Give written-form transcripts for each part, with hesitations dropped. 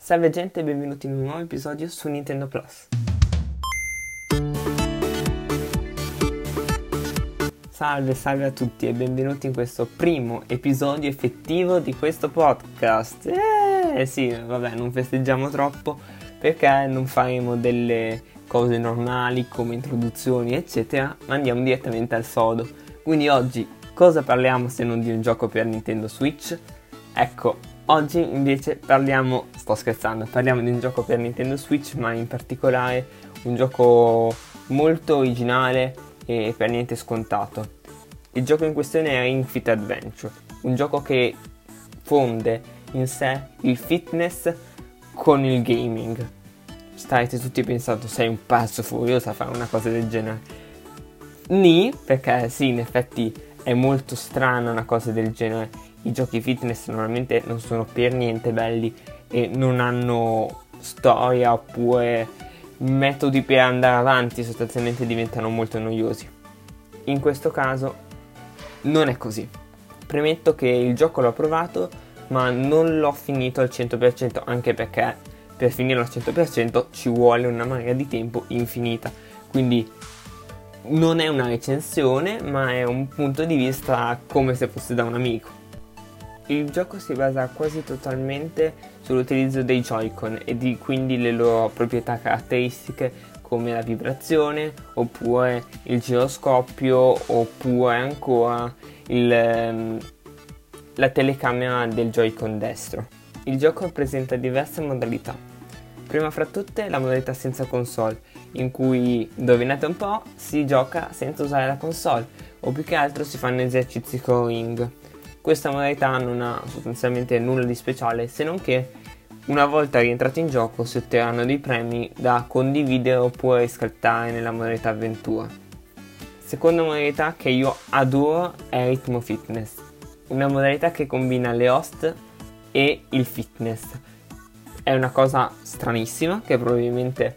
Salve gente e benvenuti in un nuovo episodio su Nintendo Plus. Salve a tutti e benvenuti in questo primo episodio effettivo di questo podcast. Sì, vabbè, non festeggiamo troppo perché non faremo delle cose normali come introduzioni eccetera, ma andiamo direttamente al sodo. Quindi oggi cosa parliamo se non di un gioco per Nintendo Switch? Ecco, oggi invece parliamo di un gioco per Nintendo Switch, ma in particolare un gioco molto originale e per niente scontato. Il gioco in questione è Ring Fit Adventure, un gioco che fonde in sé il fitness con il gaming. Starete tutti pensando, sei un pazzo furioso a fare una cosa del genere? Nì, perché sì, in effetti è molto strana una cosa del genere. I giochi fitness normalmente non sono per niente belli e non hanno storia oppure metodi per andare avanti, sostanzialmente diventano molto noiosi. In questo caso non è così. Premetto che il gioco l'ho provato ma non l'ho finito al 100%, anche perché per finirlo al 100% ci vuole una marea di tempo infinita. Quindi non è una recensione, ma è un punto di vista come se fosse da un amico. Il gioco si basa quasi totalmente sull'utilizzo dei Joy-Con e quindi le loro proprietà caratteristiche come la vibrazione, oppure il giroscopio, oppure ancora la telecamera del Joy-Con destro. Il gioco presenta diverse modalità. Prima fra tutte la modalità senza console, in cui, indovinate un po', si gioca senza usare la console, o più che altro si fanno esercizi con ring. Questa modalità non ha sostanzialmente nulla di speciale, se non che una volta rientrati in gioco si otterranno dei premi da condividere oppure riscattare nella modalità avventura. Seconda modalità che io adoro è Ritmo Fitness, una modalità che combina le host e il fitness. È una cosa stranissima che probabilmente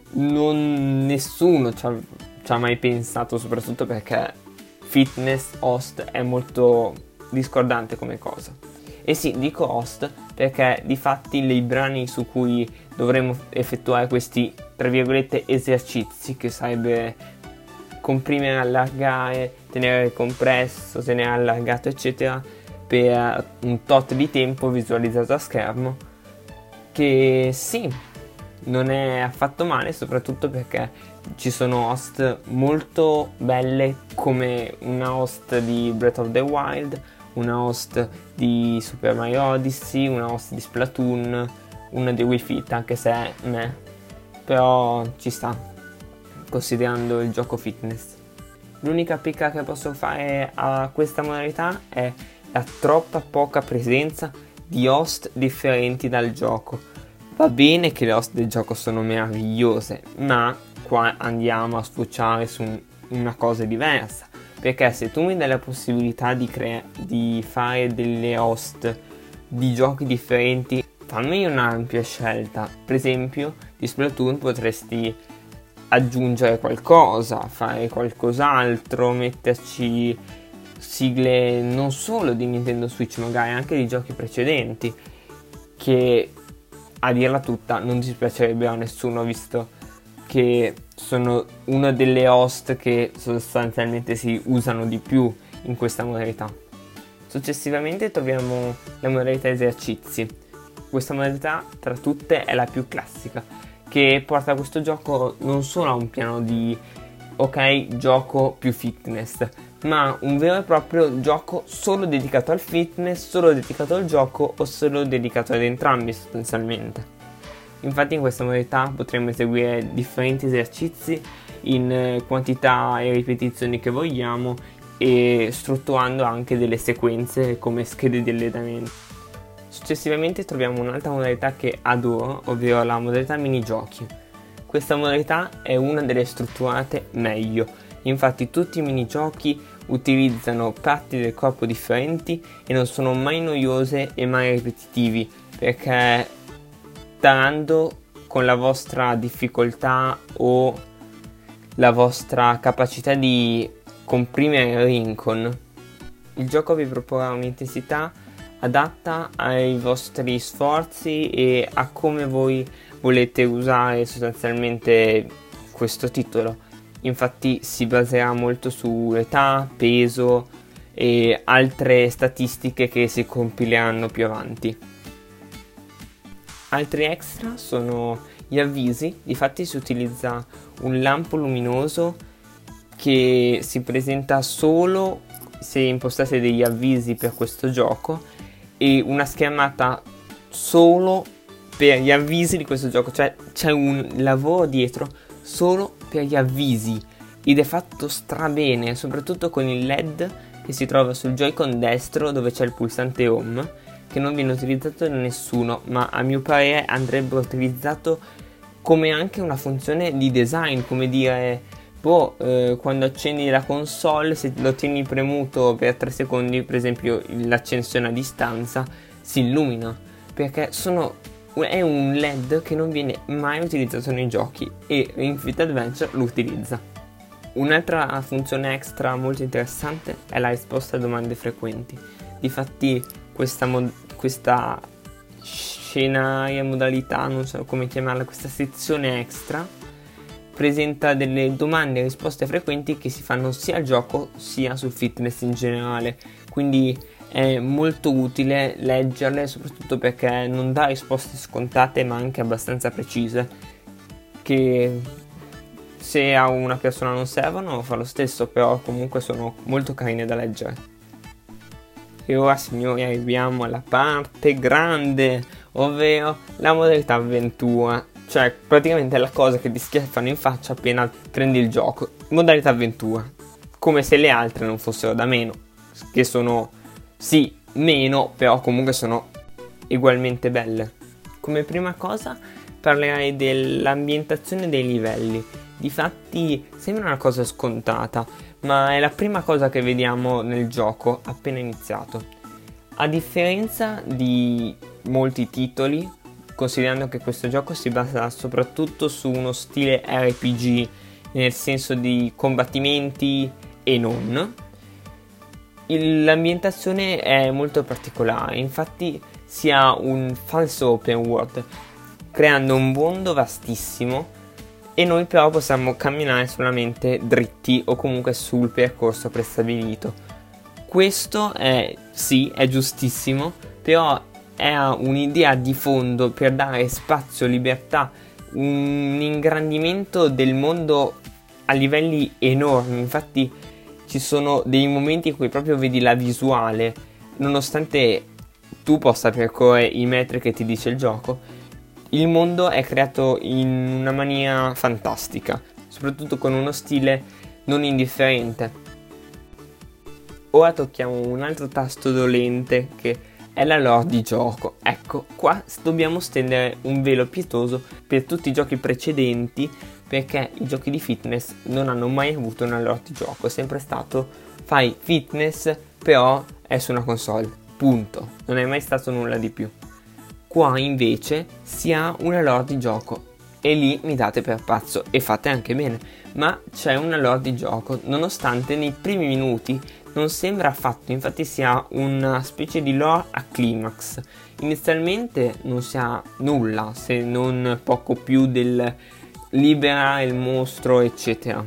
nessuno ci ha mai pensato, soprattutto perché fitness host è molto discordante come cosa. E sì, dico host perché di fatti i brani su cui dovremo effettuare questi tra virgolette esercizi, che sarebbe comprimere, allargare, tenere compresso, tenere allargato eccetera per un tot di tempo visualizzato a schermo, che sì, non è affatto male, soprattutto perché ci sono host molto belle come una host di Breath of the Wild, una host di Super Mario Odyssey, una host di Splatoon, una di Wii Fit, anche se però ci sta, considerando il gioco fitness. L'unica picca che posso fare a questa modalità è la troppa poca presenza di host differenti dal gioco. Va bene che le host del gioco sono meravigliose, ma qua andiamo a sfociare su una cosa diversa. Perché se tu mi dai la possibilità di fare delle host di giochi differenti, fammi un'ampia scelta. Per esempio, di Splatoon potresti aggiungere qualcosa, fare qualcos'altro, metterci sigle non solo di Nintendo Switch, magari anche di giochi precedenti, che a dirla tutta non dispiacerebbero a nessuno, visto che sono una delle host che sostanzialmente si usano di più in questa modalità. Successivamente troviamo la modalità esercizi. Questa modalità tra tutte è la più classica, che porta questo gioco non solo a un piano di gioco più fitness, ma un vero e proprio gioco solo dedicato al fitness, solo dedicato al gioco o solo dedicato ad entrambi sostanzialmente. Infatti in questa modalità potremo eseguire differenti esercizi in quantità e ripetizioni che vogliamo e strutturando anche delle sequenze come schede di allenamento. Successivamente troviamo un'altra modalità che adoro, ovvero la modalità minigiochi. Questa modalità è una delle strutturate meglio, infatti tutti i minigiochi utilizzano parti del corpo differenti e non sono mai noiose e mai ripetitivi, perché tarando con la vostra difficoltà o la vostra capacità di comprimere il Rincon, il gioco vi proporrà un'intensità adatta ai vostri sforzi e a come voi volete usare sostanzialmente questo titolo. Infatti si baserà molto su età, peso e altre statistiche che si compileranno più avanti. Altri extra sono gli avvisi. Difatti si utilizza un lampo luminoso che si presenta solo se impostate degli avvisi per questo gioco e una schermata solo per gli avvisi di questo gioco, cioè c'è un lavoro dietro solo per gli avvisi ed è fatto strabene, soprattutto con il LED che si trova sul Joy-Con destro dove c'è il pulsante home, che non viene utilizzato da nessuno, ma a mio parere andrebbe utilizzato come anche una funzione di design, come dire, quando accendi la console, se lo tieni premuto per 3 secondi, per esempio l'accensione a distanza, si illumina, perché è un LED che non viene mai utilizzato nei giochi e Ring Fit Adventure lo utilizza. Un'altra funzione extra molto interessante è la risposta a domande frequenti. Difatti questa scenaria, modalità, non so come chiamarla, questa sezione extra presenta delle domande e risposte frequenti che si fanno sia al gioco sia sul fitness in generale, quindi è molto utile leggerle, soprattutto perché non dà risposte scontate ma anche abbastanza precise, che se a una persona non servono fa lo stesso, però comunque sono molto carine da leggere. E ora, signori, arriviamo alla parte grande, ovvero la modalità avventura, cioè praticamente è la cosa che ti schiaffano in faccia appena prendi il gioco. Modalità avventura, come se le altre non fossero da meno, che sono sì meno, però comunque sono ugualmente belle. Come prima cosa parlerei dell'ambientazione dei livelli. Difatti sembra una cosa scontata, ma è la prima cosa che vediamo nel gioco appena iniziato. A differenza di molti titoli, considerando che questo gioco si basa soprattutto su uno stile RPG, nel senso di combattimenti e non, l'ambientazione è molto particolare. Infatti si ha un falso open world, creando un mondo vastissimo, e noi però possiamo camminare solamente dritti o comunque sul percorso prestabilito. Questo è giustissimo, però è un'idea di fondo per dare spazio, libertà, un ingrandimento del mondo a livelli enormi. Infatti ci sono dei momenti in cui proprio vedi la visuale, nonostante tu possa percorrere i metri che ti dice il gioco. Il mondo è creato in una maniera fantastica, soprattutto con uno stile non indifferente. Ora tocchiamo un altro tasto dolente che è la lore di gioco. Ecco, qua dobbiamo stendere un velo pietoso per tutti i giochi precedenti, perché i giochi di fitness non hanno mai avuto una lore di gioco, è sempre stato fai fitness però è su una console, punto, non è mai stato nulla di più. Qua invece si ha una lore di gioco e lì mi date per pazzo e fate anche bene, ma c'è una lore di gioco, nonostante nei primi minuti non sembra affatto. Infatti si ha una specie di lore a climax. Inizialmente non si ha nulla, se non poco più del libera il mostro eccetera.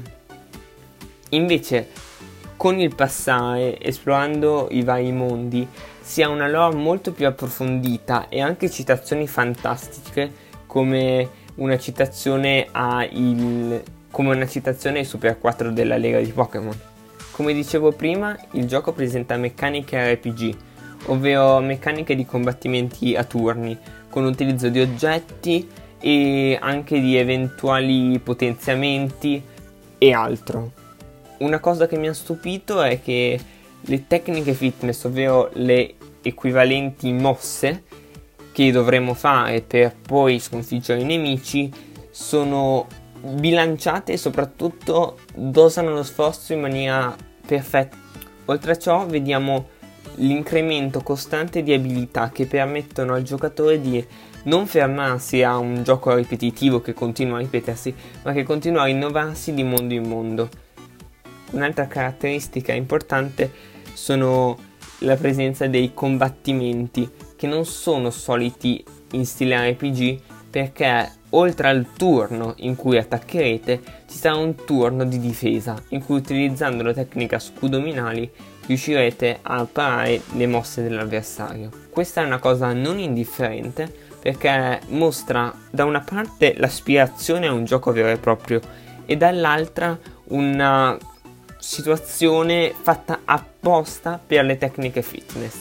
Invece con il passare, esplorando i vari mondi, si ha una lore molto più approfondita e anche citazioni fantastiche, come una citazione ai Super 4 della Lega di Pokémon. Come dicevo prima, il gioco presenta meccaniche RPG, ovvero meccaniche di combattimenti a turni, con utilizzo di oggetti e anche di eventuali potenziamenti e altro. Una cosa che mi ha stupito è che le tecniche fitness, ovvero le equivalenti mosse che dovremo fare per poi sconfiggere i nemici, sono bilanciate e soprattutto dosano lo sforzo in maniera perfetta. Oltre a ciò vediamo l'incremento costante di abilità che permettono al giocatore di non fermarsi a un gioco ripetitivo che continua a ripetersi, ma che continua a rinnovarsi di mondo in mondo. Un'altra caratteristica importante sono la presenza dei combattimenti che non sono soliti in stile RPG, perché oltre al turno in cui attaccherete ci sarà un turno di difesa in cui, utilizzando la tecnica scudominali, riuscirete a parare le mosse dell'avversario. Questa è una cosa non indifferente, perché mostra da una parte l'aspirazione a un gioco vero e proprio e dall'altra una situazione fatta apposta per le tecniche fitness.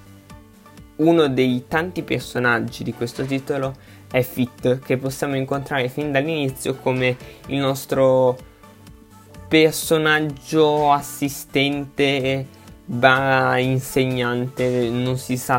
Uno dei tanti personaggi di questo titolo è Fit, che possiamo incontrare fin dall'inizio come il nostro personaggio assistente insegnante, non si sa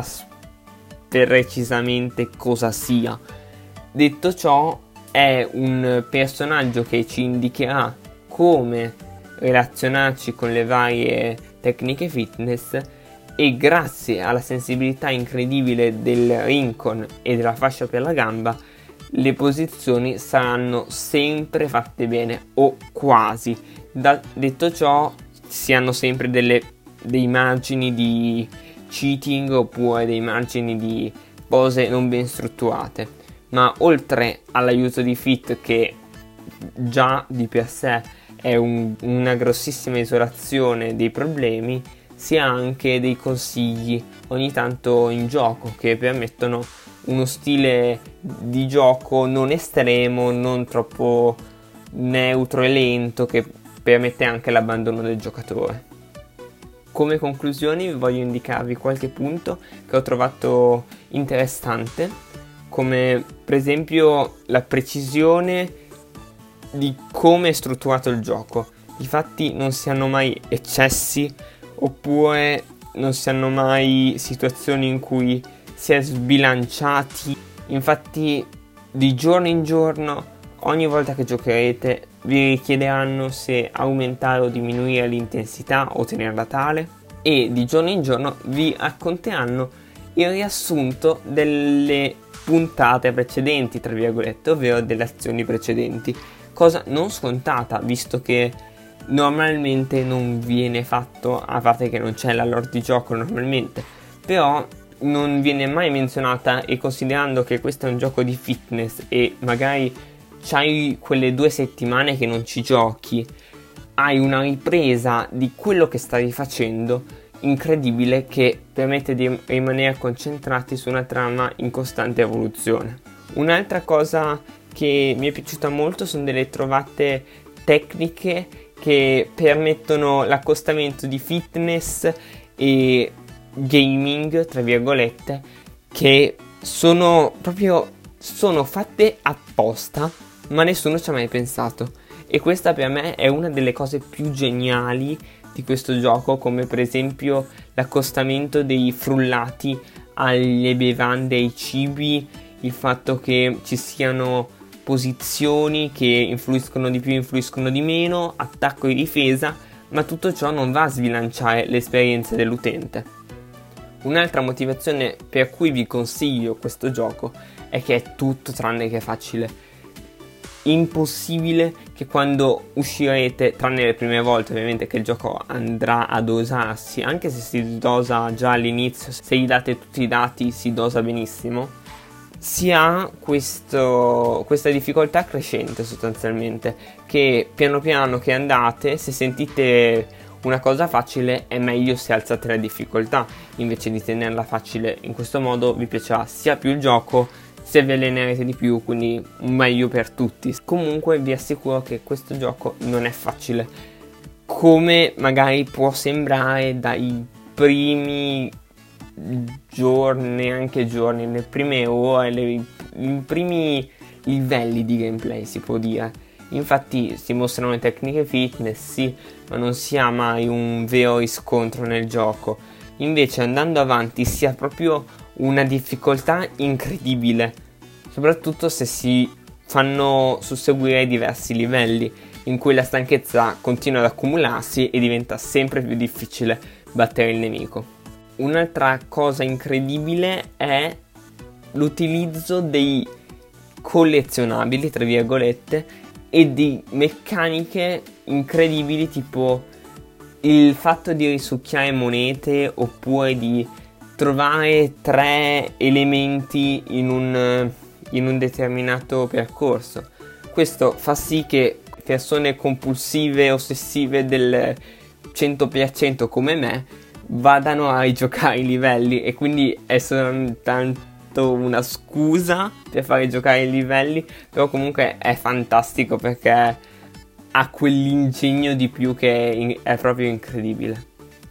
precisamente cosa sia. Detto ciò, è un personaggio che ci indicherà come relazionarci con le varie tecniche fitness, e grazie alla sensibilità incredibile del Rincon e della fascia per la gamba, le posizioni saranno sempre fatte bene, o quasi. Detto ciò, si hanno sempre dei margini di cheating oppure dei margini di pose non ben strutturate, ma oltre all'aiuto di Fit, che già di per sé è una grossissima isolazione dei problemi, si ha anche dei consigli ogni tanto in gioco che permettono uno stile di gioco non estremo, non troppo neutro e lento, che permette anche l'abbandono del giocatore. Come conclusioni voglio indicarvi qualche punto che ho trovato interessante, come per esempio la precisione di come è strutturato il gioco. Difatti non si hanno mai eccessi, oppure non si hanno mai situazioni in cui si è sbilanciati. Infatti di giorno in giorno, ogni volta che giocherete, vi richiederanno se aumentare o diminuire l'intensità o tenerla tale, e di giorno in giorno vi racconteranno il riassunto delle puntate precedenti, tra virgolette, ovvero delle azioni precedenti, cosa non scontata, visto che normalmente non viene fatto, a parte che non c'è la lore di gioco normalmente, però non viene mai menzionata, e considerando che questo è un gioco di fitness e magari c'hai quelle 2 settimane che non ci giochi, hai una ripresa di quello che stavi facendo incredibile, che permette di rimanere concentrati su una trama in costante evoluzione. Un'altra cosa che mi è piaciuta molto sono delle trovate tecniche che permettono l'accostamento di fitness e gaming, tra virgolette, che sono fatte apposta, ma nessuno ci ha mai pensato. E questa per me è una delle cose più geniali di questo gioco, come per esempio l'accostamento dei frullati alle bevande e ai cibi, il fatto che ci siano posizioni che influiscono di più, influiscono di meno, attacco e difesa, ma tutto ciò non va a sbilanciare l'esperienza dell'utente. Un'altra motivazione per cui vi consiglio questo gioco è che è tutto tranne che facile. Impossibile che quando uscirete, tranne le prime volte ovviamente, che il gioco andrà a dosarsi, anche se si dosa già all'inizio, se gli date tutti i dati si dosa benissimo, si ha questa difficoltà crescente sostanzialmente, che piano piano che andate, se sentite una cosa facile è meglio se alzate la difficoltà invece di tenerla facile. In questo modo vi piacerà sia più il gioco, se vi allenerete di più, quindi meglio per tutti. Comunque vi assicuro che questo gioco non è facile, come magari può sembrare dai primi giorni, neanche giorni, le prime ore, i primi livelli di gameplay, si può dire. Infatti si mostrano le tecniche fitness, sì, ma non si ha mai un vero riscontro nel gioco. Invece andando avanti si ha proprio una difficoltà incredibile, soprattutto se si fanno susseguire diversi livelli, in cui la stanchezza continua ad accumularsi e diventa sempre più difficile battere il nemico. Un'altra cosa incredibile è l'utilizzo dei collezionabili, tra virgolette, e di meccaniche incredibili, tipo il fatto di risucchiare monete oppure di trovare 3 elementi in un determinato percorso. Questo fa sì che persone compulsive, ossessive del 100% come me vadano a rigiocare i livelli, e quindi è soltanto una scusa per fare giocare i livelli, però comunque è fantastico perché ha quell'ingegno di più che è proprio incredibile.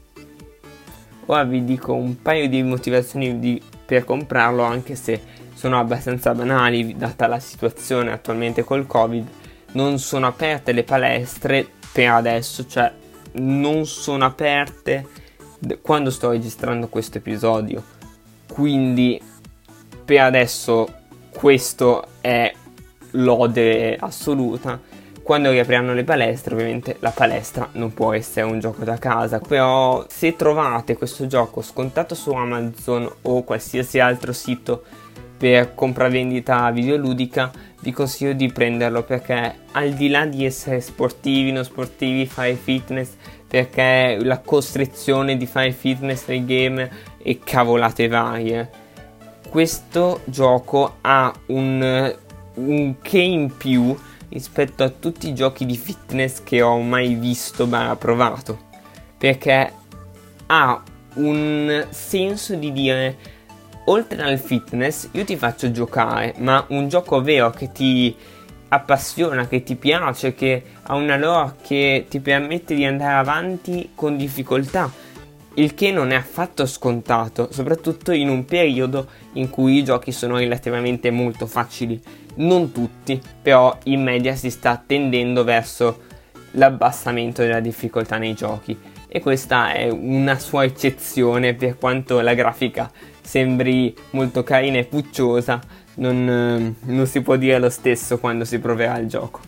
Ora vi dico un paio di motivazioni per comprarlo, anche se sono abbastanza banali data la situazione attualmente col Covid. Non sono aperte le palestre per adesso, cioè non sono aperte quando sto registrando questo episodio, quindi per adesso questo è lode assoluta. Quando riapriranno le palestre, ovviamente la palestra non può essere un gioco da casa, però se trovate questo gioco scontato su Amazon o qualsiasi altro sito per compravendita videoludica, vi consiglio di prenderlo, perché al di là di essere sportivi, non sportivi, fare fitness, perché la costrizione di fare fitness nei game e cavolate varie, questo gioco ha un che in più rispetto a tutti i giochi di fitness che ho mai visto provato, perché ha un senso di dire: oltre al fitness io ti faccio giocare, ma un gioco vero che ti appassiona, che ti piace, che ha una lore che ti permette di andare avanti con difficoltà, il che non è affatto scontato, soprattutto in un periodo in cui i giochi sono relativamente molto facili. Non tutti, però in media si sta tendendo verso l'abbassamento della difficoltà nei giochi, e questa è una sua eccezione. Per quanto la grafica sembri molto carina e pucciosa, non si può dire lo stesso quando si proverà il gioco.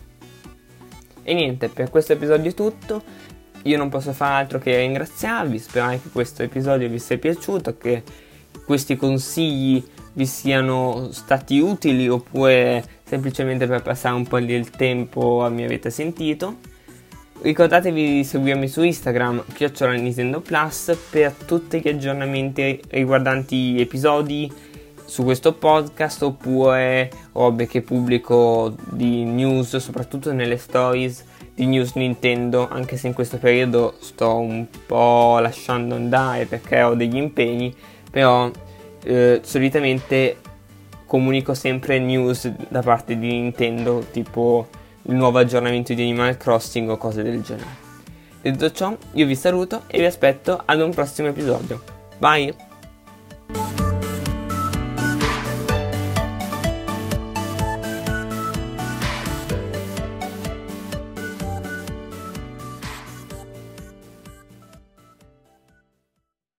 E niente, per questo episodio è tutto. Io non posso fare altro che ringraziarvi, sperare che questo episodio vi sia piaciuto, che questi consigli vi siano stati utili, oppure semplicemente per passare un po' del tempo mi avete sentito. Ricordatevi di seguirmi su Instagram @Nintendo Plus per tutti gli aggiornamenti riguardanti episodi su questo podcast, oppure robe che pubblico di news, soprattutto nelle stories di News Nintendo, anche se in questo periodo sto un po' lasciando andare perché ho degli impegni, però solitamente comunico sempre news da parte di Nintendo, tipo il nuovo aggiornamento di Animal Crossing o cose del genere. Detto ciò, io vi saluto e vi aspetto ad un prossimo episodio. Bye!